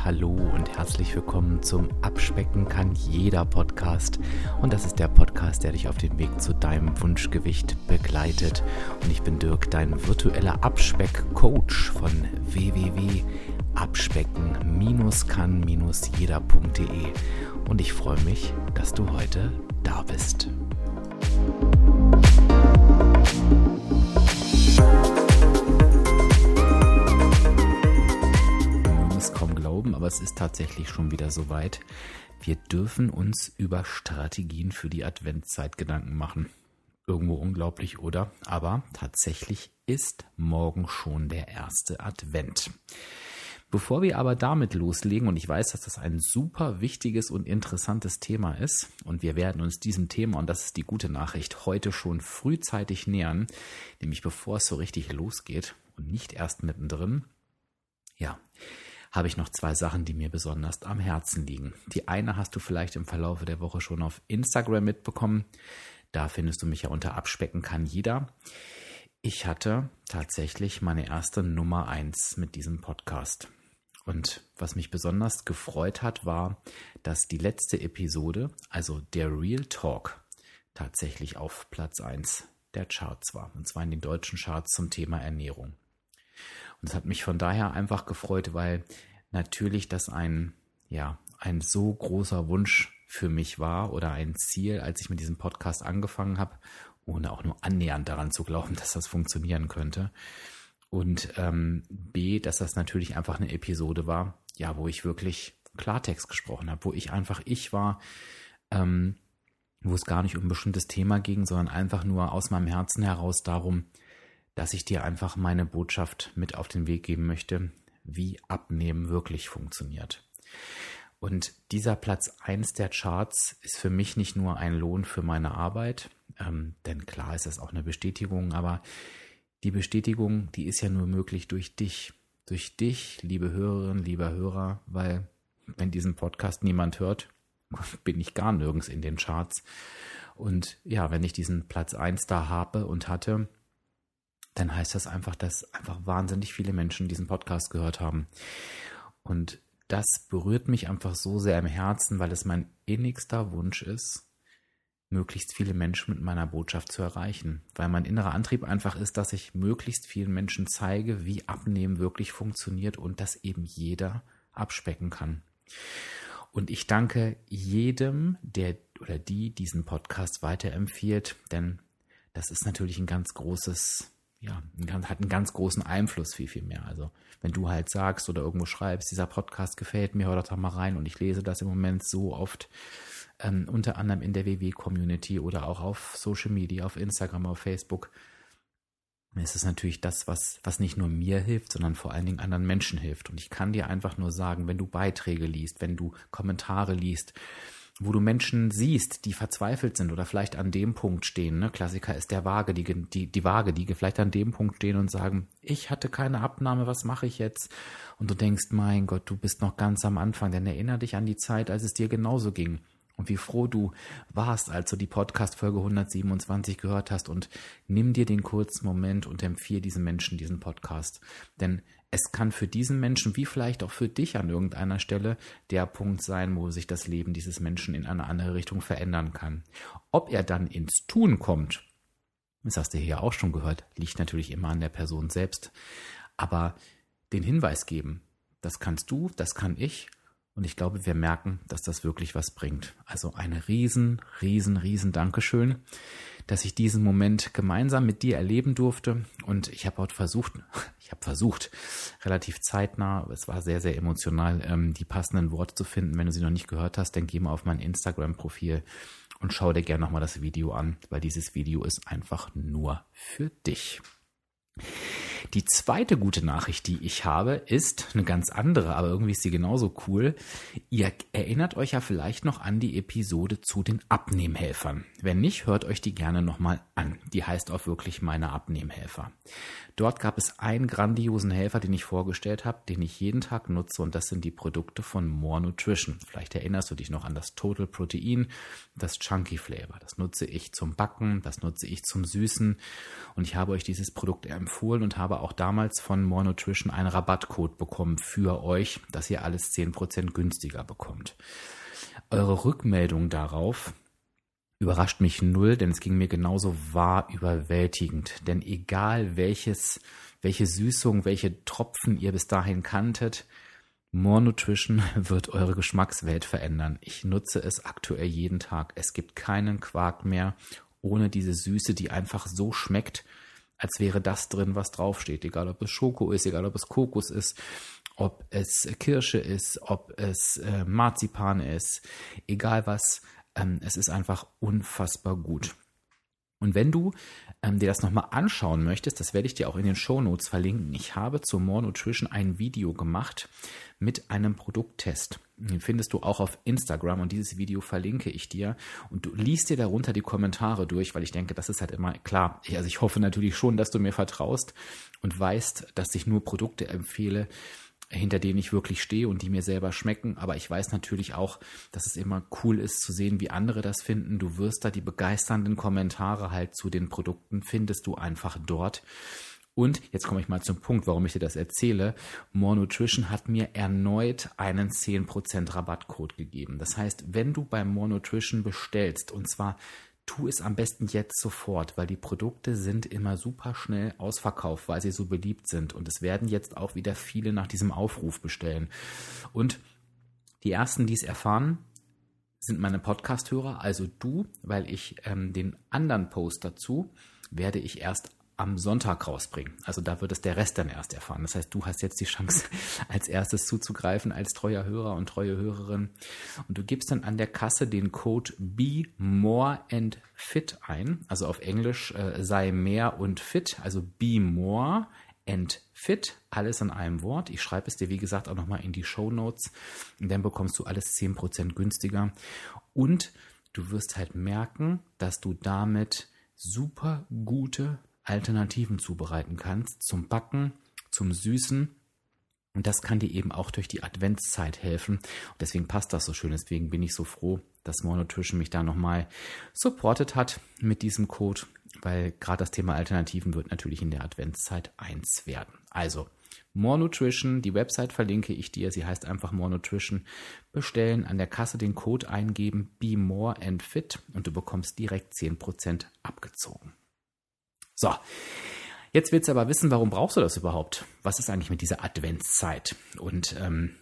hallo und herzlich willkommen zum Abspecken kann jeder Podcast. Und das ist der Podcast, der dich auf dem Weg zu deinem Wunschgewicht begleitet. Und ich bin Dirk, dein virtueller Abspeck-Coach von www.abspecken-kann-jeder.de. Und ich freue mich, dass du heute da bist. Kaum glauben, aber es ist tatsächlich schon wieder soweit. Wir dürfen uns über Strategien für die Adventszeit Gedanken machen. Irgendwo unglaublich, oder? Aber tatsächlich ist morgen schon der erste Advent. Bevor wir aber damit loslegen, und ich weiß, dass das ein super wichtiges und interessantes Thema ist, und wir werden uns diesem Thema, und das ist die gute Nachricht, heute schon frühzeitig nähern, nämlich bevor es so richtig losgeht und nicht erst mittendrin, habe ich noch zwei Sachen, die mir besonders am Herzen liegen. Die eine hast du vielleicht im Verlaufe der Woche schon auf Instagram mitbekommen. Da findest du mich ja unter Abspecken kann jeder. Ich hatte tatsächlich meine erste Nummer 1 mit diesem Podcast. Und was mich besonders gefreut hat, war, dass die letzte Episode, also der Real Talk, tatsächlich auf Platz 1 der Charts war. Und zwar in den deutschen Charts zum Thema Ernährung. Und es hat mich von daher einfach gefreut, weil natürlich das ein so großer Wunsch für mich war oder ein Ziel, als ich mit diesem Podcast angefangen habe, ohne auch nur annähernd daran zu glauben, dass das funktionieren könnte. Und B, dass das natürlich einfach eine Episode war, wo ich wirklich Klartext gesprochen habe, wo ich einfach ich war, wo es gar nicht um ein bestimmtes Thema ging, sondern einfach nur aus meinem Herzen heraus darum, dass ich dir einfach meine Botschaft mit auf den Weg geben möchte, wie Abnehmen wirklich funktioniert. Und dieser Platz 1 der Charts ist für mich nicht nur ein Lohn für meine Arbeit, denn klar ist das auch eine Bestätigung, aber die Bestätigung, die ist ja nur möglich durch dich. Durch dich, liebe Hörerinnen, lieber Hörer, weil wenn diesen Podcast niemand hört, bin ich gar nirgends in den Charts. Und wenn ich diesen Platz 1 da habe und hatte, dann heißt das einfach, dass einfach wahnsinnig viele Menschen diesen Podcast gehört haben. Und das berührt mich einfach so sehr im Herzen, weil es mein innigster Wunsch ist, möglichst viele Menschen mit meiner Botschaft zu erreichen. Weil mein innerer Antrieb einfach ist, dass ich möglichst vielen Menschen zeige, wie Abnehmen wirklich funktioniert und dass eben jeder abspecken kann. Und ich danke jedem, der oder die diesen Podcast weiterempfiehlt, denn das ist natürlich ein ganz großes hat einen ganz großen Einfluss, viel mehr. Also wenn du halt sagst oder irgendwo schreibst, dieser Podcast gefällt mir, hör doch da mal rein, und ich lese das im Moment so oft, unter anderem in der WW-Community oder auch auf Social Media, auf Instagram, auf Facebook, dann ist es natürlich das, was nicht nur mir hilft, sondern vor allen Dingen anderen Menschen hilft. Und ich kann dir einfach nur sagen, wenn du Beiträge liest, wenn du Kommentare liest, wo du Menschen siehst, die verzweifelt sind oder vielleicht an dem Punkt stehen, ne? Klassiker ist der Waage, die Waage, die vielleicht an dem Punkt stehen und sagen, ich hatte keine Abnahme, was mache ich jetzt? Und du denkst, mein Gott, du bist noch ganz am Anfang, denn erinnere dich an die Zeit, als es dir genauso ging. Und wie froh du warst, als du die Podcast-Folge 127 gehört hast, und nimm dir den kurzen Moment und empfehle diesen Menschen diesen Podcast. Denn es kann für diesen Menschen, wie vielleicht auch für dich an irgendeiner Stelle, der Punkt sein, wo sich das Leben dieses Menschen in eine andere Richtung verändern kann. Ob er dann ins Tun kommt, das hast du hier auch schon gehört, liegt natürlich immer an der Person selbst. Aber den Hinweis geben, das kannst du, das kann ich. Und ich glaube, wir merken, dass das wirklich was bringt. Also ein riesen Dankeschön, dass ich diesen Moment gemeinsam mit dir erleben durfte. Und ich habe versucht, relativ zeitnah, es war sehr, sehr emotional, die passenden Worte zu finden. Wenn du sie noch nicht gehört hast, dann geh mal auf mein Instagram-Profil und schau dir gerne nochmal das Video an, weil dieses Video ist einfach nur für dich. Die zweite gute Nachricht, die ich habe, ist eine ganz andere, aber irgendwie ist sie genauso cool. Ihr erinnert euch ja vielleicht noch an die Episode zu den Abnehmhelfern. Wenn nicht, hört euch die gerne nochmal an. Die heißt auch wirklich meine Abnehmhelfer. Dort gab es einen grandiosen Helfer, den ich vorgestellt habe, den ich jeden Tag nutze, und das sind die Produkte von More Nutrition. Vielleicht erinnerst du dich noch an das Total Protein, das Chunky Flavor. Das nutze ich zum Backen, das nutze ich zum Süßen, und ich habe euch dieses Produkt empfohlen und habe habe auch damals von More Nutrition einen Rabattcode bekommen für euch, dass ihr alles 10% günstiger bekommt. Eure Rückmeldung darauf überrascht mich null, denn es ging mir genauso wahr überwältigend. Denn egal welche Süßung, welche Tropfen ihr bis dahin kanntet, More Nutrition wird eure Geschmackswelt verändern. Ich nutze es aktuell jeden Tag. Es gibt keinen Quark mehr ohne diese Süße, die einfach so schmeckt, als wäre das drin, was draufsteht. Egal, ob es Schoko ist, egal, ob es Kokos ist, ob es Kirsche ist, ob es Marzipan ist, egal was. Es ist einfach unfassbar gut. Und wenn du dir das nochmal anschauen möchtest, das werde ich dir auch in den Shownotes verlinken. Ich habe zu More Nutrition ein Video gemacht mit einem Produkttest. Den findest du auch auf Instagram und dieses Video verlinke ich dir. Und du liest dir darunter die Kommentare durch, weil ich denke, das ist halt immer klar. Ich hoffe natürlich schon, dass du mir vertraust und weißt, dass ich nur Produkte empfehle, hinter denen ich wirklich stehe und die mir selber schmecken. Aber ich weiß natürlich auch, dass es immer cool ist zu sehen, wie andere das finden. Du wirst da die begeisternden Kommentare halt zu den Produkten, findest du einfach dort. Und jetzt komme ich mal zum Punkt, warum ich dir das erzähle. More Nutrition hat mir erneut einen 10% Rabattcode gegeben. Das heißt, wenn du bei More Nutrition bestellst, und zwar tu es am besten jetzt sofort, weil die Produkte sind immer super schnell ausverkauft, weil sie so beliebt sind. Und es werden jetzt auch wieder viele nach diesem Aufruf bestellen. Und die ersten, die es erfahren, sind meine Podcast-Hörer, also du, weil ich den anderen Post dazu werde ich erst am Sonntag rausbringen. Also da wird es der Rest dann erst erfahren. Das heißt, du hast jetzt die Chance, als erstes zuzugreifen, als treuer Hörer und treue Hörerin. Und du gibst dann an der Kasse den Code BeMoreAndFit ein. Also auf Englisch sei mehr und fit. Also BeMoreAndFit. Alles in einem Wort. Ich schreibe es dir, wie gesagt, auch nochmal in die Shownotes. Und dann bekommst du alles 10% günstiger. Und du wirst halt merken, dass du damit super gute Alternativen zubereiten kannst zum Backen, zum Süßen. Und das kann dir eben auch durch die Adventszeit helfen. Und deswegen passt das so schön. Deswegen bin ich so froh, dass More Nutrition mich da nochmal supportet hat mit diesem Code, weil gerade das Thema Alternativen wird natürlich in der Adventszeit eins werden. Also More Nutrition, die Website verlinke ich dir. Sie heißt einfach More Nutrition. Bestellen, an der Kasse den Code eingeben, BeMoreAndFit, und du bekommst direkt 10% abgezogen. So, jetzt willst du aber wissen, warum brauchst du das überhaupt? Was ist eigentlich mit dieser Adventszeit? Und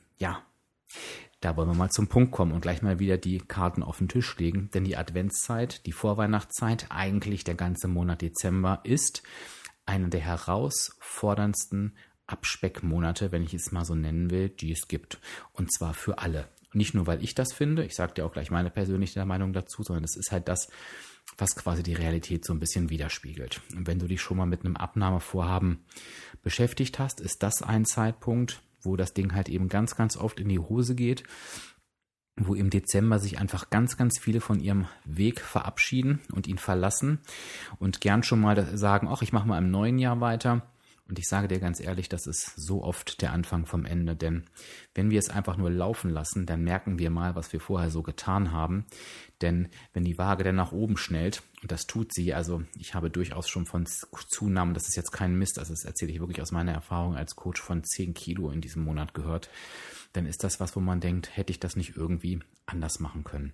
da wollen wir mal zum Punkt kommen und gleich mal wieder die Karten auf den Tisch legen. Denn die Adventszeit, die Vorweihnachtszeit, eigentlich der ganze Monat Dezember, ist einer der herausforderndsten Abspeckmonate, wenn ich es mal so nennen will, die es gibt. Und zwar für alle. Nicht nur, weil ich das finde, ich sage dir auch gleich meine persönliche Meinung dazu, sondern es ist halt das, was quasi die Realität so ein bisschen widerspiegelt. Und wenn du dich schon mal mit einem Abnahmevorhaben beschäftigt hast, ist das ein Zeitpunkt, wo das Ding halt eben ganz, ganz oft in die Hose geht, wo im Dezember sich einfach ganz, ganz viele von ihrem Weg verabschieden und ihn verlassen und gern schon mal sagen, ach, ich mache mal im neuen Jahr weiter. Und ich sage dir ganz ehrlich, das ist so oft der Anfang vom Ende, denn wenn wir es einfach nur laufen lassen, dann merken wir mal, was wir vorher so getan haben. Denn wenn die Waage dann nach oben schnellt, und das tut sie, also ich habe durchaus schon von Zunahmen, das ist jetzt kein Mist, also das erzähle ich wirklich aus meiner Erfahrung als Coach, von 10 Kilo in diesem Monat gehört, dann ist das was, wo man denkt, hätte ich das nicht irgendwie anders machen können.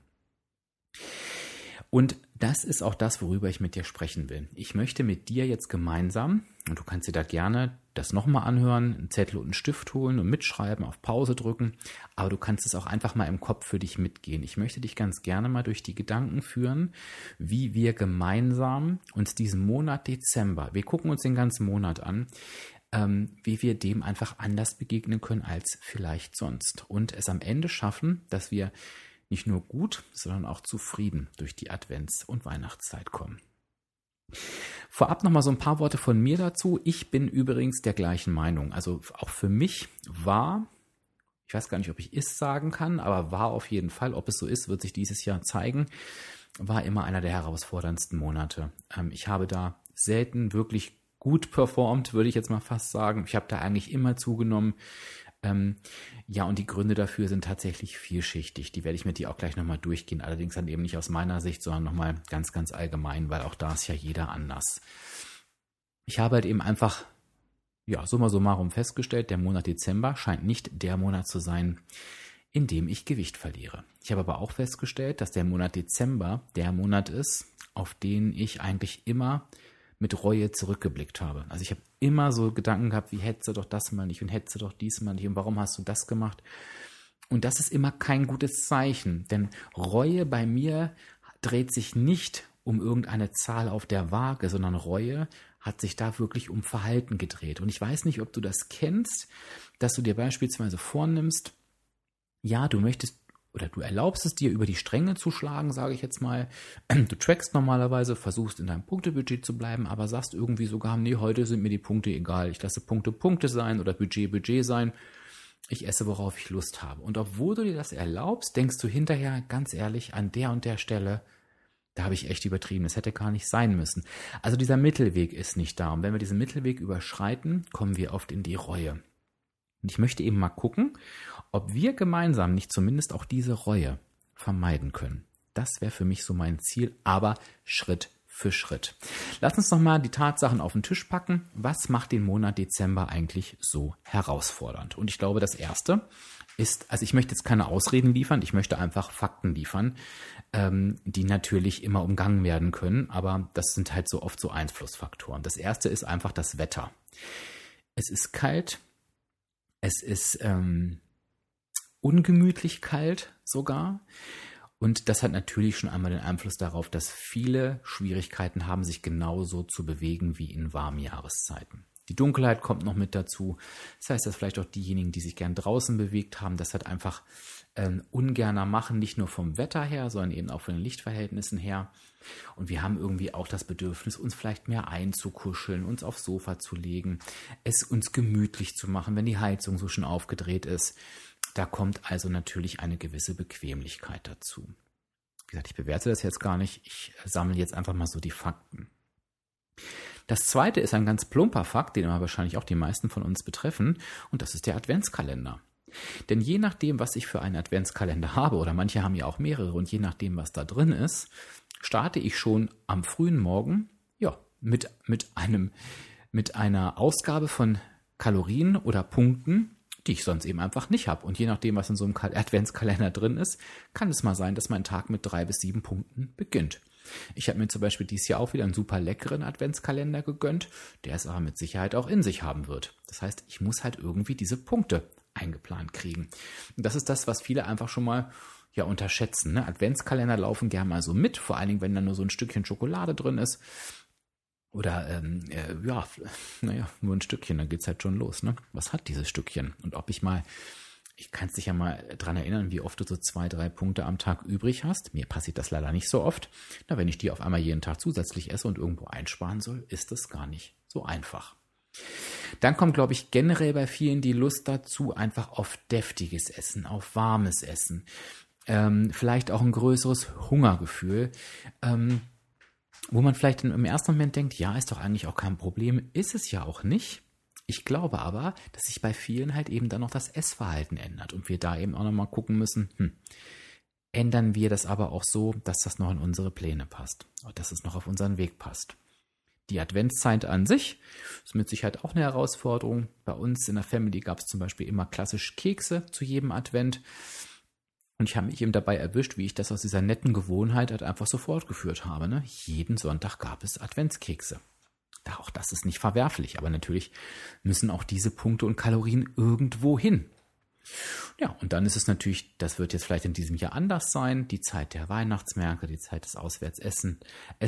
Und das ist auch das, worüber ich mit dir sprechen will. Ich möchte mit dir jetzt gemeinsam, und du kannst dir da gerne das nochmal anhören, einen Zettel und einen Stift holen und mitschreiben, auf Pause drücken, aber du kannst es auch einfach mal im Kopf für dich mitgehen. Ich möchte dich ganz gerne mal durch die Gedanken führen, wie wir gemeinsam uns diesen Monat Dezember, wir gucken uns den ganzen Monat an, wie wir dem einfach anders begegnen können als vielleicht sonst. Und es am Ende schaffen, dass wir nicht nur gut, sondern auch zufrieden durch die Advents- und Weihnachtszeit kommen. Vorab nochmal so ein paar Worte von mir dazu. Ich bin übrigens der gleichen Meinung. Also auch für mich war, ich weiß gar nicht, ob ich es sagen kann, aber war auf jeden Fall, ob es so ist, wird sich dieses Jahr zeigen, war immer einer der herausforderndsten Monate. Ich habe da selten wirklich gut performt, würde ich jetzt mal fast sagen. Ich habe da eigentlich immer zugenommen. Ja, und die Gründe dafür sind tatsächlich vielschichtig. Die werde ich mit dir auch gleich nochmal durchgehen. Allerdings dann eben nicht aus meiner Sicht, sondern nochmal ganz, ganz allgemein, weil auch da ist ja jeder anders. Ich habe halt eben einfach ja, summa summarum festgestellt, der Monat Dezember scheint nicht der Monat zu sein, in dem ich Gewicht verliere. Ich habe aber auch festgestellt, dass der Monat Dezember der Monat ist, auf den ich eigentlich immer mit Reue zurückgeblickt habe. Also ich habe immer so Gedanken gehabt, wie hättest du doch das mal nicht und hättest du doch dies mal nicht und warum hast du das gemacht? Und das ist immer kein gutes Zeichen, denn Reue bei mir dreht sich nicht um irgendeine Zahl auf der Waage, sondern Reue hat sich da wirklich um Verhalten gedreht. Und ich weiß nicht, ob du das kennst, dass du dir beispielsweise vornimmst, ja, du möchtest oder du erlaubst es dir, über die Stränge zu schlagen, sage ich jetzt mal. Du trackst normalerweise, versuchst in deinem Punktebudget zu bleiben, aber sagst irgendwie sogar, nee, heute sind mir die Punkte egal. Ich lasse Punkte Punkte sein oder Budget Budget sein. Ich esse, worauf ich Lust habe. Und obwohl du dir das erlaubst, denkst du hinterher, ganz ehrlich, an der und der Stelle, da habe ich echt übertrieben. Das hätte gar nicht sein müssen. Also dieser Mittelweg ist nicht da. Und wenn wir diesen Mittelweg überschreiten, kommen wir oft in die Reue. Und ich möchte eben mal gucken, ob wir gemeinsam nicht zumindest auch diese Reue vermeiden können. Das wäre für mich so mein Ziel, aber Schritt für Schritt. Lass uns noch mal die Tatsachen auf den Tisch packen. Was macht den Monat Dezember eigentlich so herausfordernd? Und ich glaube, das Erste ist, also ich möchte jetzt keine Ausreden liefern, ich möchte einfach Fakten liefern, die natürlich immer umgangen werden können, aber das sind halt so oft so Einflussfaktoren. Das Erste ist einfach das Wetter. Es ist kalt, es ist ungemütlich kalt sogar. Und das hat natürlich schon einmal den Einfluss darauf, dass viele Schwierigkeiten haben, sich genauso zu bewegen wie in warmen Jahreszeiten. Die Dunkelheit kommt noch mit dazu. Das heißt, dass vielleicht auch diejenigen, die sich gern draußen bewegt haben, das halt einfach ungerner machen, nicht nur vom Wetter her, sondern eben auch von den Lichtverhältnissen her. Und wir haben irgendwie auch das Bedürfnis, uns vielleicht mehr einzukuscheln, uns aufs Sofa zu legen, es uns gemütlich zu machen, wenn die Heizung so schon aufgedreht ist. Da kommt also natürlich eine gewisse Bequemlichkeit dazu. Wie gesagt, ich bewerte das jetzt gar nicht. Ich sammle jetzt einfach mal so die Fakten. Das zweite ist ein ganz plumper Fakt, den aber wahrscheinlich auch die meisten von uns betreffen, und das ist der Adventskalender. Denn je nachdem, was ich für einen Adventskalender habe, oder manche haben ja auch mehrere, und je nachdem, was da drin ist, starte ich schon am frühen Morgen mit einer Ausgabe von Kalorien oder Punkten, die ich sonst eben einfach nicht habe. Und je nachdem, was in so einem Adventskalender drin ist, kann es mal sein, dass mein Tag mit 3 bis 7 Punkten beginnt. Ich habe mir zum Beispiel dieses Jahr auch wieder einen super leckeren Adventskalender gegönnt, der es aber mit Sicherheit auch in sich haben wird. Das heißt, ich muss halt irgendwie diese Punkte eingeplant kriegen. Und das ist das, was viele einfach schon mal unterschätzen. Ne? Adventskalender laufen gerne mal so mit, vor allen Dingen, wenn da nur so ein Stückchen Schokolade drin ist. Oder, nur ein Stückchen, dann geht's halt schon los. Ne? Was hat dieses Stückchen? Und ich kann dich ja mal dran erinnern, wie oft du so 2, 3 Punkte am Tag übrig hast. Mir passiert das leider nicht so oft. Na, wenn ich die auf einmal jeden Tag zusätzlich esse und irgendwo einsparen soll, ist das gar nicht so einfach. Dann kommt, glaube ich, generell bei vielen die Lust dazu, einfach auf deftiges Essen, auf warmes Essen. Vielleicht auch ein größeres Hungergefühl. Wo man vielleicht im ersten Moment denkt, ja, ist doch eigentlich auch kein Problem, ist es ja auch nicht. Ich glaube aber, dass sich bei vielen halt eben dann noch das Essverhalten ändert und wir da eben auch nochmal gucken müssen, ändern wir das aber auch so, dass das noch in unsere Pläne passt und dass es noch auf unseren Weg passt. Die Adventszeit an sich ist mit Sicherheit auch eine Herausforderung. Bei uns in der Family gab es zum Beispiel immer klassisch Kekse zu jedem Advent. Und ich habe mich eben dabei erwischt, wie ich das aus dieser netten Gewohnheit halt einfach so fortgeführt habe. Ne? Jeden Sonntag gab es Adventskekse. Auch das ist nicht verwerflich, aber natürlich müssen auch diese Punkte und Kalorien irgendwo hin. Ja, und dann ist es natürlich, das wird jetzt vielleicht in diesem Jahr anders sein, die Zeit der Weihnachtsmärkte, die Zeit des Auswärtsessens.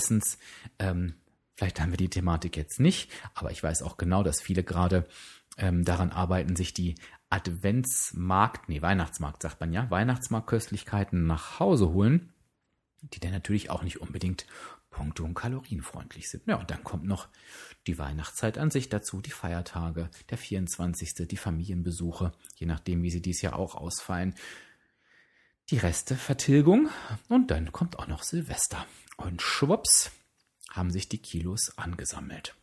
Vielleicht haben wir die Thematik jetzt nicht, aber ich weiß auch genau, dass viele gerade daran arbeiten, sich die Weihnachtsmarkt sagt man ja, Weihnachtsmarktköstlichkeiten nach Hause holen, die dann natürlich auch nicht unbedingt punkte- und kalorienfreundlich sind. Ja, und dann kommt noch die Weihnachtszeit an sich dazu, die Feiertage, der 24., die Familienbesuche, je nachdem, wie sie dieses Jahr auch ausfallen, die Restevertilgung und dann kommt auch noch Silvester. Und schwupps haben sich die Kilos angesammelt.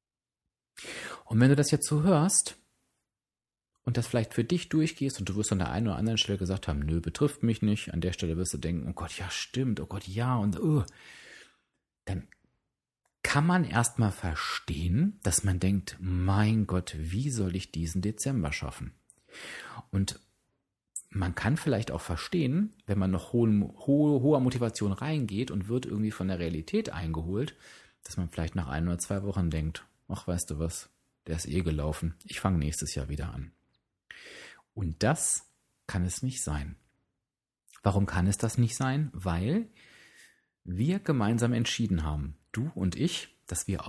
Und wenn du das jetzt so hörst und das vielleicht für dich durchgehst und du wirst an der einen oder anderen Stelle gesagt haben, nö, betrifft mich nicht, an der Stelle wirst du denken, oh Gott, ja, stimmt, oh Gott, ja, und dann kann man erstmal verstehen, dass man denkt, mein Gott, wie soll ich diesen Dezember schaffen? Und man kann vielleicht auch verstehen, wenn man noch hoher Motivation reingeht und wird irgendwie von der Realität eingeholt, dass man vielleicht nach 1 oder 2 Wochen denkt, ach, weißt du was, der ist gelaufen, ich fange nächstes Jahr wieder an. Und das kann es nicht sein. Warum kann es das nicht sein? Weil wir gemeinsam entschieden haben, du und ich, dass wir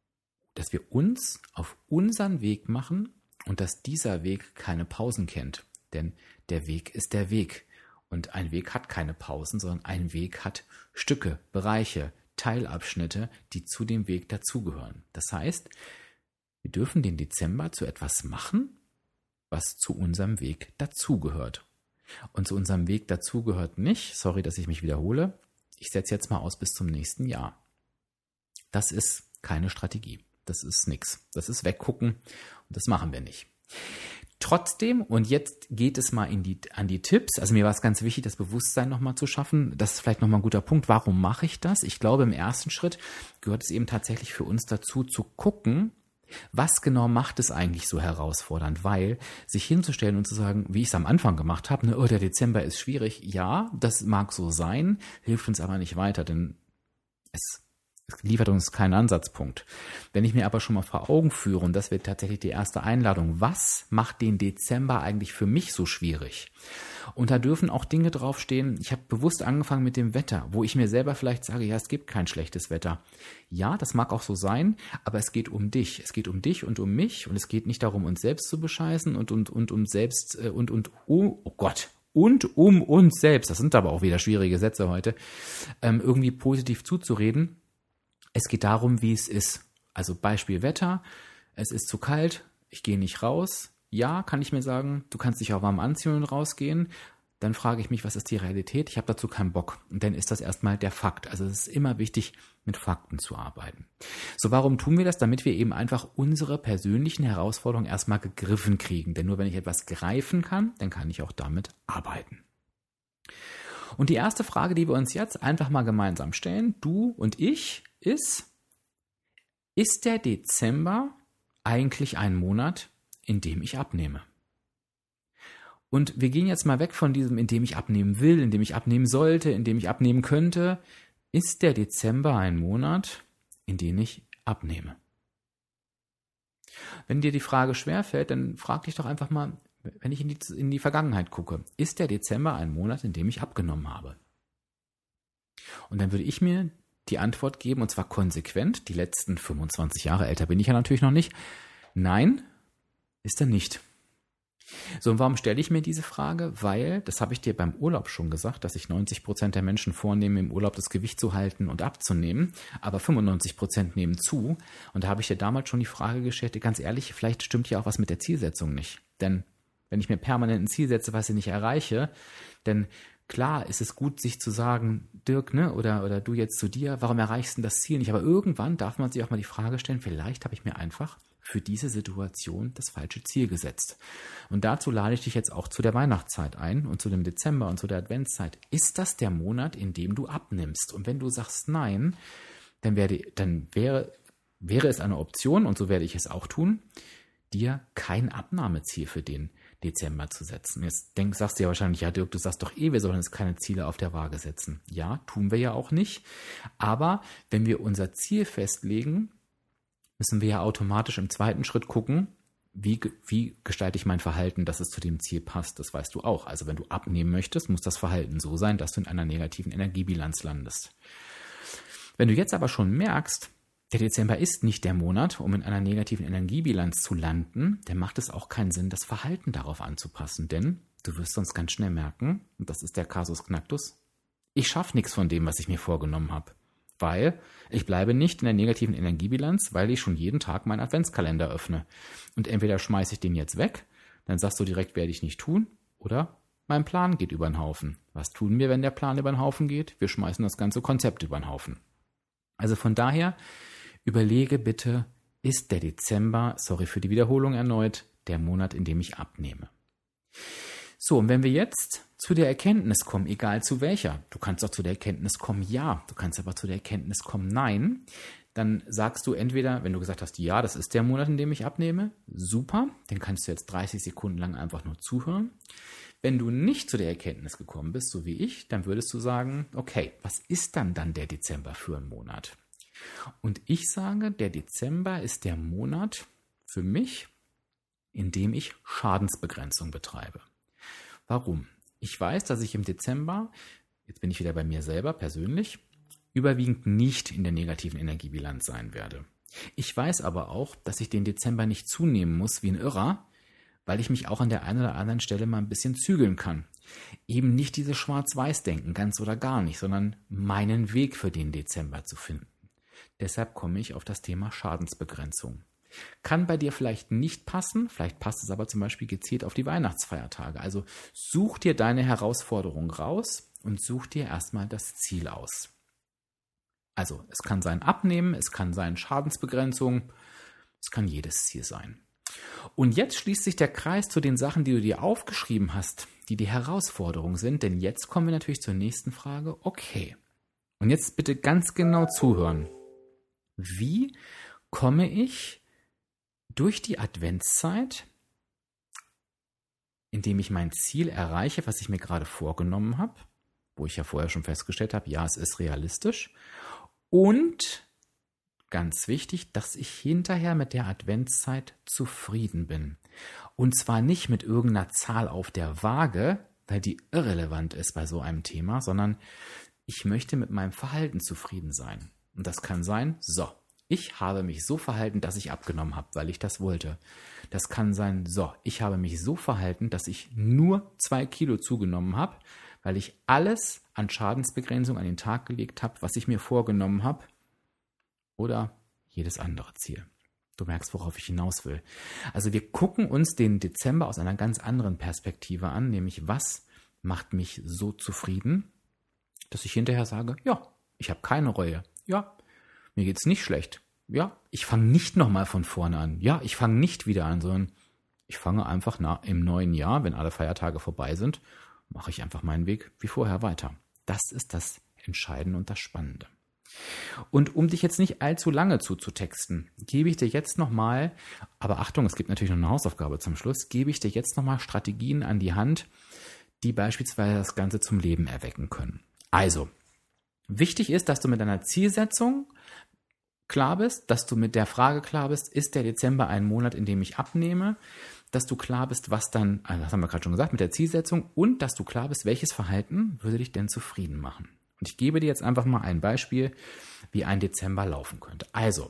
uns auf unseren Weg machen und dass dieser Weg keine Pausen kennt. Denn der Weg ist der Weg. Und ein Weg hat keine Pausen, sondern ein Weg hat Stücke, Bereiche, Teilabschnitte, die zu dem Weg dazugehören. Das heißt, wir dürfen den Dezember zu etwas machen, was zu unserem Weg dazugehört. Und zu unserem Weg dazugehört nicht, sorry, dass ich mich wiederhole, ich setze jetzt mal aus bis zum nächsten Jahr. Das ist keine Strategie. Das ist nichts. Das ist weggucken und das machen wir nicht. Trotzdem, und jetzt geht es mal an die Tipps, also mir war es ganz wichtig, das Bewusstsein nochmal zu schaffen, das ist vielleicht nochmal ein guter Punkt, warum mache ich das? Ich glaube, im ersten Schritt gehört es eben tatsächlich für uns dazu, zu gucken, was genau macht es eigentlich so herausfordernd, weil sich hinzustellen und zu sagen, wie ich es am Anfang gemacht habe, ne, oh, der Dezember ist schwierig, ja, das mag so sein, hilft uns aber nicht weiter, denn es liefert uns keinen Ansatzpunkt. Wenn ich mir aber schon mal vor Augen führe, und das wird tatsächlich die erste Einladung, was macht den Dezember eigentlich für mich so schwierig? Und da dürfen auch Dinge draufstehen, ich habe bewusst angefangen mit dem Wetter, wo ich mir selber vielleicht sage, ja, es gibt kein schlechtes Wetter. Ja, das mag auch so sein, aber es geht um dich. Es geht um dich und um mich und es geht nicht darum, uns selbst zu bescheißen und um selbst oh Gott, und um uns selbst, das sind aber auch wieder schwierige Sätze heute, irgendwie positiv zuzureden. Es geht darum, wie es ist. Also Beispiel Wetter, es ist zu kalt, ich gehe nicht raus. Ja, kann ich mir sagen, du kannst dich auch warm anziehen und rausgehen. Dann frage ich mich, was ist die Realität? Ich habe dazu keinen Bock. Und dann ist das erstmal der Fakt. Also es ist immer wichtig, mit Fakten zu arbeiten. So, warum tun wir das? Damit wir eben einfach unsere persönlichen Herausforderungen erstmal gegriffen kriegen. Denn nur wenn ich etwas greifen kann, dann kann ich auch damit arbeiten. Und die erste Frage, die wir uns jetzt einfach mal gemeinsam stellen, du und ich, ist der Dezember eigentlich ein Monat, in dem ich abnehme? Und wir gehen jetzt mal weg von diesem, in dem ich abnehmen will, in dem ich abnehmen sollte, in dem ich abnehmen könnte. Ist der Dezember ein Monat, in dem ich abnehme? Wenn dir die Frage schwerfällt, dann frag dich doch einfach mal, wenn ich in die Vergangenheit gucke, ist der Dezember ein Monat, in dem ich abgenommen habe? Und dann würde ich mir die Antwort geben, und zwar konsequent, die letzten 25 Jahre, älter bin ich ja natürlich noch nicht. Nein, ist er nicht. So, und warum stelle ich mir diese Frage? Weil, das habe ich dir beim Urlaub schon gesagt, dass sich 90% der Menschen vornehmen, im Urlaub das Gewicht zu halten und abzunehmen, aber 95% nehmen zu. Und da habe ich dir damals schon die Frage gestellt, ganz ehrlich, vielleicht stimmt ja auch was mit der Zielsetzung nicht. Denn wenn ich mir permanent ein Ziel setze, was ich nicht erreiche, denn klar ist es gut, sich zu sagen, Dirk, ne, oder du jetzt zu dir, warum erreichst du denn das Ziel nicht? Aber irgendwann darf man sich auch mal die Frage stellen, vielleicht habe ich mir einfach für diese Situation das falsche Ziel gesetzt. Und dazu lade ich dich jetzt auch zu der Weihnachtszeit ein und zu dem Dezember und zu der Adventszeit. Ist das der Monat, in dem du abnimmst? Und wenn du sagst nein, dann wäre es eine Option, und so werde ich es auch tun, dir kein Abnahmeziel für den Dezember zu setzen. Jetzt sagst du ja wahrscheinlich, ja Dirk, du sagst doch wir sollen jetzt keine Ziele auf der Waage setzen. Ja, tun wir ja auch nicht. Aber wenn wir unser Ziel festlegen, müssen wir ja automatisch im zweiten Schritt gucken, wie gestalte ich mein Verhalten, dass es zu dem Ziel passt. Das weißt du auch. Also wenn du abnehmen möchtest, muss das Verhalten so sein, dass du in einer negativen Energiebilanz landest. Wenn du jetzt aber schon merkst, der Dezember ist nicht der Monat, um in einer negativen Energiebilanz zu landen, dann macht es auch keinen Sinn, das Verhalten darauf anzupassen, denn du wirst sonst ganz schnell merken, und das ist der Kasus Knacktus, ich schaffe nichts von dem, was ich mir vorgenommen habe, weil ich bleibe nicht in der negativen Energiebilanz, weil ich schon jeden Tag meinen Adventskalender öffne. Und entweder schmeiße ich den jetzt weg, dann sagst du direkt, werde ich nicht tun, oder mein Plan geht über den Haufen. Was tun wir, wenn der Plan über den Haufen geht? Wir schmeißen das ganze Konzept über den Haufen. Also von daher, überlege bitte, ist der Dezember, sorry für die Wiederholung erneut, der Monat, in dem ich abnehme? So, und wenn wir jetzt zu der Erkenntnis kommen, egal zu welcher, du kannst auch zu der Erkenntnis kommen, ja, du kannst aber zu der Erkenntnis kommen, nein, dann sagst du entweder, wenn du gesagt hast, ja, das ist der Monat, in dem ich abnehme, super, dann kannst du jetzt 30 Sekunden lang einfach nur zuhören. Wenn du nicht zu der Erkenntnis gekommen bist, so wie ich, dann würdest du sagen, okay, was ist dann der Dezember für einen Monat? Und ich sage, der Dezember ist der Monat für mich, in dem ich Schadensbegrenzung betreibe. Warum? Ich weiß, dass ich im Dezember, jetzt bin ich wieder bei mir selber persönlich, überwiegend nicht in der negativen Energiebilanz sein werde. Ich weiß aber auch, dass ich den Dezember nicht zunehmen muss wie ein Irrer, weil ich mich auch an der einen oder anderen Stelle mal ein bisschen zügeln kann. Eben nicht dieses Schwarz-Weiß-Denken, ganz oder gar nicht, sondern meinen Weg für den Dezember zu finden. Deshalb komme ich auf das Thema Schadensbegrenzung. Kann bei dir vielleicht nicht passen, vielleicht passt es aber zum Beispiel gezielt auf die Weihnachtsfeiertage. Also such dir deine Herausforderung raus und such dir erstmal das Ziel aus. Also es kann sein Abnehmen, es kann sein Schadensbegrenzung, es kann jedes Ziel sein. Und jetzt schließt sich der Kreis zu den Sachen, die du dir aufgeschrieben hast, die die Herausforderung sind, denn jetzt kommen wir natürlich zur nächsten Frage. Okay, und jetzt bitte ganz genau zuhören. Wie komme ich durch die Adventszeit, indem ich mein Ziel erreiche, was ich mir gerade vorgenommen habe, wo ich ja vorher schon festgestellt habe, ja, es ist realistisch, und ganz wichtig, dass ich hinterher mit der Adventszeit zufrieden bin. Und zwar nicht mit irgendeiner Zahl auf der Waage, weil die irrelevant ist bei so einem Thema, sondern ich möchte mit meinem Verhalten zufrieden sein. Und das kann sein, so, ich habe mich so verhalten, dass ich abgenommen habe, weil ich das wollte. Das kann sein, so, ich habe mich so verhalten, dass ich nur 2 Kilo zugenommen habe, weil ich alles an Schadensbegrenzung an den Tag gelegt habe, was ich mir vorgenommen habe. Oder jedes andere Ziel. Du merkst, worauf ich hinaus will. Also wir gucken uns den Dezember aus einer ganz anderen Perspektive an, nämlich was macht mich so zufrieden, dass ich hinterher sage, ja, ich habe keine Reue. Ja, mir geht's nicht schlecht. Ja, ich fange nicht nochmal von vorne an. Ja, ich fange nicht wieder an, sondern ich fange einfach im neuen Jahr, wenn alle Feiertage vorbei sind, mache ich einfach meinen Weg wie vorher weiter. Das ist das Entscheidende und das Spannende. Und um dich jetzt nicht allzu lange zuzutexten, gebe ich dir jetzt nochmal, aber Achtung, es gibt natürlich noch eine Hausaufgabe zum Schluss, gebe ich dir jetzt nochmal Strategien an die Hand, die beispielsweise das Ganze zum Leben erwecken können. Also, wichtig ist, dass du mit deiner Zielsetzung klar bist, dass du mit der Frage klar bist, ist der Dezember ein Monat, in dem ich abnehme, dass du klar bist, was dann, also das haben wir gerade schon gesagt, mit der Zielsetzung und dass du klar bist, welches Verhalten würde dich denn zufrieden machen. Und ich gebe dir jetzt einfach mal ein Beispiel, wie ein Dezember laufen könnte. Also,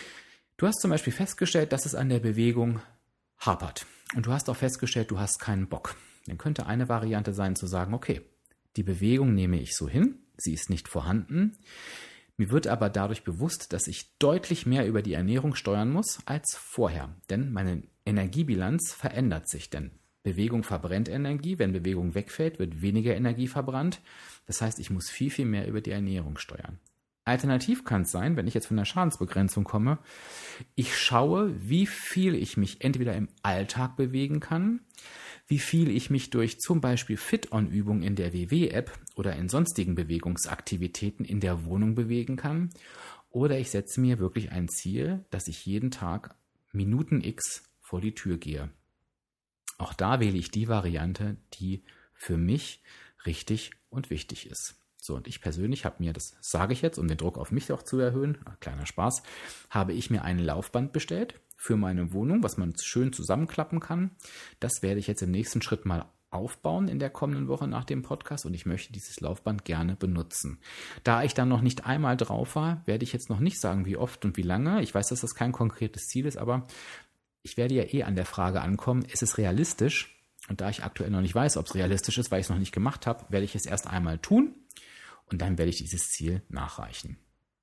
du hast zum Beispiel festgestellt, dass es an der Bewegung hapert. Und du hast auch festgestellt, du hast keinen Bock. Dann könnte eine Variante sein, zu sagen, okay, die Bewegung nehme ich so hin, sie ist nicht vorhanden. Mir wird aber dadurch bewusst, dass ich deutlich mehr über die Ernährung steuern muss als vorher. Denn meine Energiebilanz verändert sich, denn Bewegung verbrennt Energie. Wenn Bewegung wegfällt, wird weniger Energie verbrannt. Das heißt, ich muss viel, viel mehr über die Ernährung steuern. Alternativ kann es sein, wenn ich jetzt von der Schadensbegrenzung komme, ich schaue, wie viel ich mich entweder im Alltag bewegen kann, wie viel ich mich durch zum Beispiel Fit-On-Übungen in der WW-App oder in sonstigen Bewegungsaktivitäten in der Wohnung bewegen kann, oder ich setze mir wirklich ein Ziel, dass ich jeden Tag Minuten X vor die Tür gehe. Auch da wähle ich die Variante, die für mich richtig und wichtig ist. So, und ich persönlich habe mir, das sage ich jetzt, um den Druck auf mich auch zu erhöhen, kleiner Spaß, habe ich mir ein Laufband bestellt für meine Wohnung, was man schön zusammenklappen kann. Das werde ich jetzt im nächsten Schritt mal aufbauen in der kommenden Woche nach dem Podcast und ich möchte dieses Laufband gerne benutzen. Da ich dann noch nicht einmal drauf war, werde ich jetzt noch nicht sagen, wie oft und wie lange. Ich weiß, dass das kein konkretes Ziel ist, aber ich werde ja an der Frage ankommen, ist es realistisch? Und da ich aktuell noch nicht weiß, ob es realistisch ist, weil ich es noch nicht gemacht habe, werde ich es erst einmal tun und dann werde ich dieses Ziel nachreichen.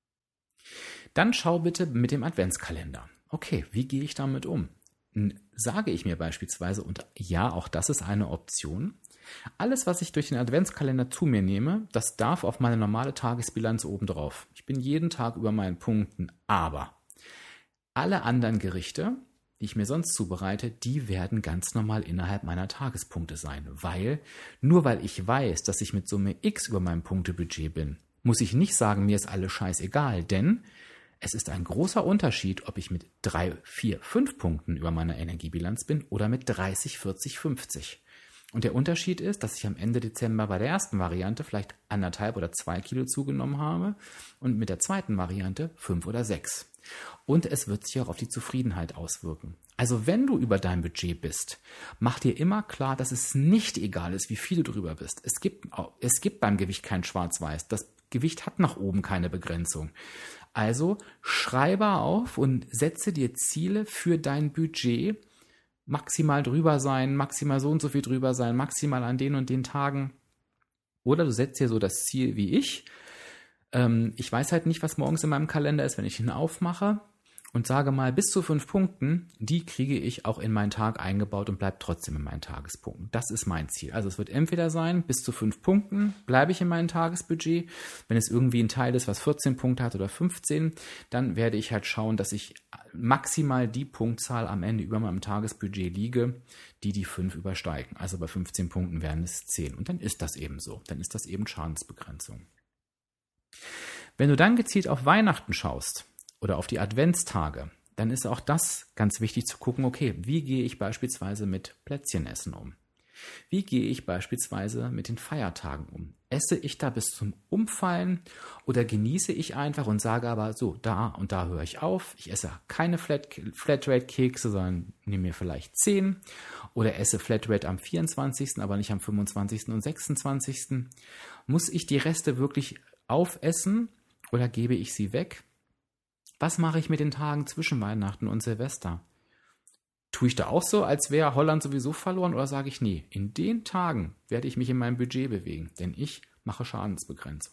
Dann schau bitte mit dem Adventskalender. Okay, wie gehe ich damit um? Sage ich mir beispielsweise, und ja, auch das ist eine Option, alles, was ich durch den Adventskalender zu mir nehme, das darf auf meine normale Tagesbilanz obendrauf. Ich bin jeden Tag über meinen Punkten, aber alle anderen Gerichte, die ich mir sonst zubereite, die werden ganz normal innerhalb meiner Tagespunkte sein. Nur weil ich weiß, dass ich mit Summe X über meinem Punktebudget bin, muss ich nicht sagen, mir ist alles scheißegal, denn es ist ein großer Unterschied, ob ich mit 3, 4, 5 Punkten über meiner Energiebilanz bin oder mit 30, 40, 50. Und der Unterschied ist, dass ich am Ende Dezember bei der ersten Variante vielleicht 1,5 oder 2 Kilo zugenommen habe und mit der zweiten Variante 5 oder 6. Und es wird sich auch auf die Zufriedenheit auswirken. Also wenn du über dein Budget bist, mach dir immer klar, dass es nicht egal ist, wie viel du drüber bist. Es gibt beim Gewicht kein Schwarz-Weiß. Das Gewicht hat nach oben keine Begrenzung. Also schreibe auf und setze dir Ziele für dein Budget. Maximal drüber sein, maximal so und so viel drüber sein, maximal an den und den Tagen. Oder du setzt dir so das Ziel wie ich. Ich weiß halt nicht, was morgens in meinem Kalender ist, wenn ich ihn aufmache und sage mal, bis zu 5 Punkten, die kriege ich auch in meinen Tag eingebaut und bleibe trotzdem in meinen Tagespunkten. Das ist mein Ziel. Also es wird entweder sein, bis zu 5 Punkten bleibe ich in meinem Tagesbudget. Wenn es irgendwie ein Teil ist, was 14 Punkte hat oder 15, dann werde ich halt schauen, dass ich maximal die Punktzahl am Ende über meinem Tagesbudget liege, die 5 übersteigen. Also bei 15 Punkten wären es 10. Und dann ist das eben so. Dann ist das eben Schadensbegrenzung. Wenn du dann gezielt auf Weihnachten schaust oder auf die Adventstage, dann ist auch das ganz wichtig zu gucken, okay, wie gehe ich beispielsweise mit Plätzchenessen um? Wie gehe ich beispielsweise mit den Feiertagen um? Esse ich da bis zum Umfallen oder genieße ich einfach und sage aber so, da und da höre ich auf. Ich esse keine Flatrate-Kekse, sondern nehme mir vielleicht 10 oder esse Flatrate am 24., aber nicht am 25. und 26. Muss ich die Reste wirklich aufessen oder gebe ich sie weg? Was mache ich mit den Tagen zwischen Weihnachten und Silvester? Tue ich da auch so, als wäre Holland sowieso verloren, oder sage ich, nee, in den Tagen werde ich mich in meinem Budget bewegen, denn ich mache Schadensbegrenzung.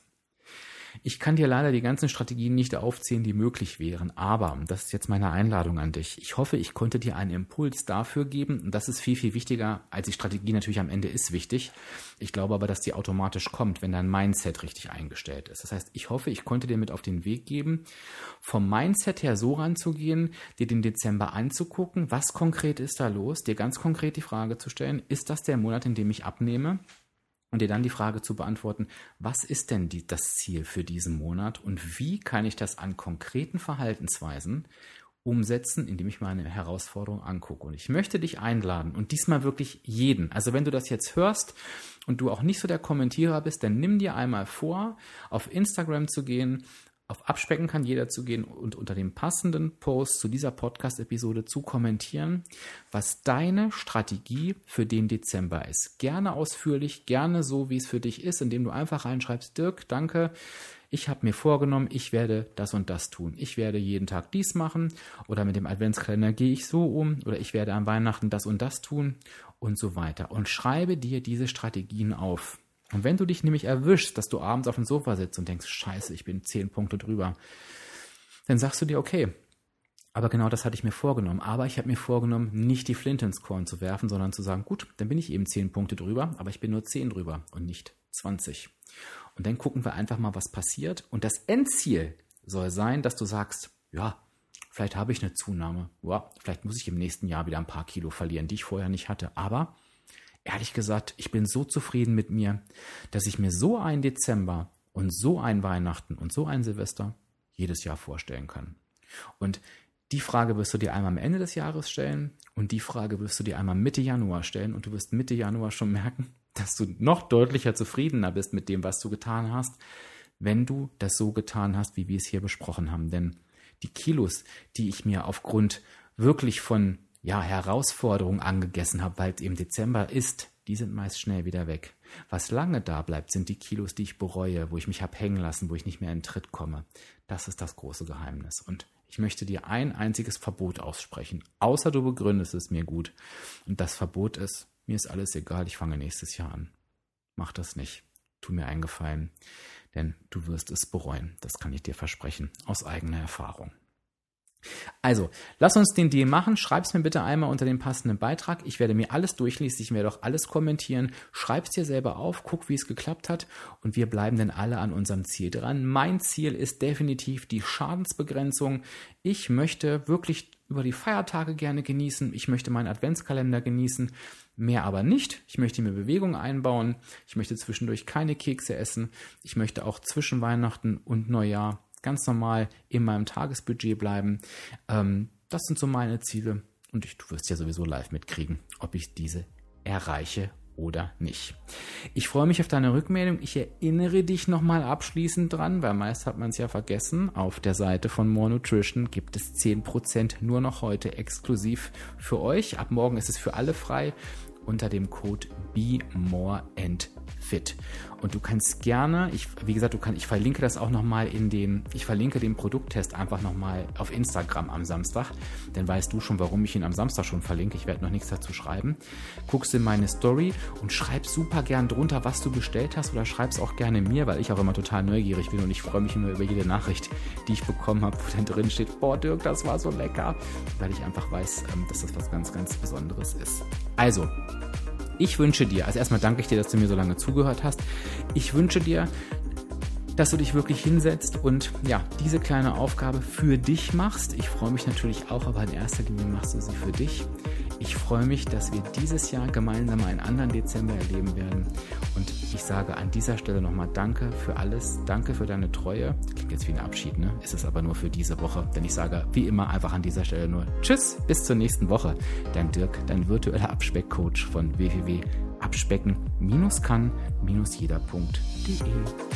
Ich kann dir leider die ganzen Strategien nicht aufzählen, die möglich wären, aber das ist jetzt meine Einladung an dich. Ich hoffe, ich konnte dir einen Impuls dafür geben und das ist viel, viel wichtiger, als die Strategie natürlich am Ende ist wichtig. Ich glaube aber, dass die automatisch kommt, wenn dein Mindset richtig eingestellt ist. Das heißt, ich hoffe, ich konnte dir mit auf den Weg geben, vom Mindset her so ranzugehen, dir den Dezember anzugucken, was konkret ist da los, dir ganz konkret die Frage zu stellen, ist das der Monat, in dem ich abnehme? Und dir dann die Frage zu beantworten, was ist denn das Ziel für diesen Monat und wie kann ich das an konkreten Verhaltensweisen umsetzen, indem ich meine Herausforderung angucke. Und ich möchte dich einladen und diesmal wirklich jeden. Also wenn du das jetzt hörst und du auch nicht so der Kommentierer bist, dann nimm dir einmal vor, auf Instagram zu gehen. Auf Abspecken kann jeder zu gehen und unter dem passenden Post zu dieser Podcast-Episode zu kommentieren, was deine Strategie für den Dezember ist. Gerne ausführlich, gerne so, wie es für dich ist, indem du einfach reinschreibst, Dirk, danke, ich habe mir vorgenommen, ich werde das und das tun. Ich werde jeden Tag dies machen oder mit dem Adventskalender gehe ich so um oder ich werde an Weihnachten das und das tun und so weiter. Und schreibe dir diese Strategien auf. Und wenn du dich nämlich erwischst, dass du abends auf dem Sofa sitzt und denkst, scheiße, ich bin 10 Punkte drüber, dann sagst du dir, okay, aber genau das hatte ich mir vorgenommen. Aber ich habe mir vorgenommen, nicht die Flinte ins Korn zu werfen, sondern zu sagen, gut, dann bin ich eben 10 Punkte drüber, aber ich bin nur 10 drüber und nicht 20. Und dann gucken wir einfach mal, was passiert. Und das Endziel soll sein, dass du sagst, ja, vielleicht habe ich eine Zunahme. Ja, vielleicht muss ich im nächsten Jahr wieder ein paar Kilo verlieren, die ich vorher nicht hatte. Aber ehrlich gesagt, ich bin so zufrieden mit mir, dass ich mir so einen Dezember und so ein Weihnachten und so ein Silvester jedes Jahr vorstellen kann. Und die Frage wirst du dir einmal am Ende des Jahres stellen und die Frage wirst du dir einmal Mitte Januar stellen und du wirst Mitte Januar schon merken, dass du noch deutlicher zufriedener bist mit dem, was du getan hast, wenn du das so getan hast, wie wir es hier besprochen haben. Denn die Kilos, die ich mir aufgrund wirklich von Herausforderungen angegessen habe, weil es eben Dezember ist, die sind meist schnell wieder weg. Was lange da bleibt, sind die Kilos, die ich bereue, wo ich mich habe hängen lassen, wo ich nicht mehr in den Tritt komme. Das ist das große Geheimnis. Und ich möchte dir ein einziges Verbot aussprechen, außer du begründest es mir gut. Und das Verbot ist, mir ist alles egal, ich fange nächstes Jahr an. Mach das nicht. Tu mir einen Gefallen, denn du wirst es bereuen. Das kann ich dir versprechen, aus eigener Erfahrung. Also, lass uns den Deal machen. Schreib's mir bitte einmal unter den passenden Beitrag. Ich werde mir alles durchlesen, ich werde auch alles kommentieren. Schreib's dir selber auf, guck, wie es geklappt hat und wir bleiben dann alle an unserem Ziel dran. Mein Ziel ist definitiv die Schadensbegrenzung. Ich möchte wirklich über die Feiertage gerne genießen. Ich möchte meinen Adventskalender genießen, mehr aber nicht. Ich möchte mir Bewegung einbauen. Ich möchte zwischendurch keine Kekse essen. Ich möchte auch zwischen Weihnachten und Neujahr ganz normal in meinem Tagesbudget bleiben. Das sind so meine Ziele und du wirst ja sowieso live mitkriegen, ob ich diese erreiche oder nicht. Ich freue mich auf deine Rückmeldung. Ich erinnere dich nochmal abschließend dran, weil meist hat man es ja vergessen. Auf der Seite von More Nutrition gibt es 10% nur noch heute exklusiv für euch. Ab morgen ist es für alle frei unter dem Code BeMoreAndFit. Und du kannst gerne, ich verlinke das auch nochmal ich verlinke den Produkttest einfach nochmal auf Instagram am Samstag. Dann weißt du schon, warum ich ihn am Samstag schon verlinke. Ich werde noch nichts dazu schreiben. Guckst in meine Story und schreib super gern drunter, was du bestellt hast oder schreib's auch gerne mir, weil ich auch immer total neugierig bin und ich freue mich immer über jede Nachricht, die ich bekommen habe, wo dann drin steht, boah Dirk, das war so lecker, weil ich einfach weiß, dass das was ganz, ganz Besonderes ist. Also, ich wünsche dir, also erstmal danke ich dir, dass du mir so lange zugehört hast. Ich wünsche dir, dass du dich wirklich hinsetzt und ja, diese kleine Aufgabe für dich machst. Ich freue mich natürlich auch, aber in erster Linie machst du sie für dich. Ich freue mich, dass wir dieses Jahr gemeinsam einen anderen Dezember erleben werden. Und ich sage an dieser Stelle nochmal Danke für alles. Danke für deine Treue. Das klingt jetzt wie ein Abschied, ne? Ist es aber nur für diese Woche. Denn ich sage wie immer einfach an dieser Stelle nur Tschüss, bis zur nächsten Woche. Dein Dirk, dein virtueller Abspeckcoach von www.abspecken-kann-jeder.de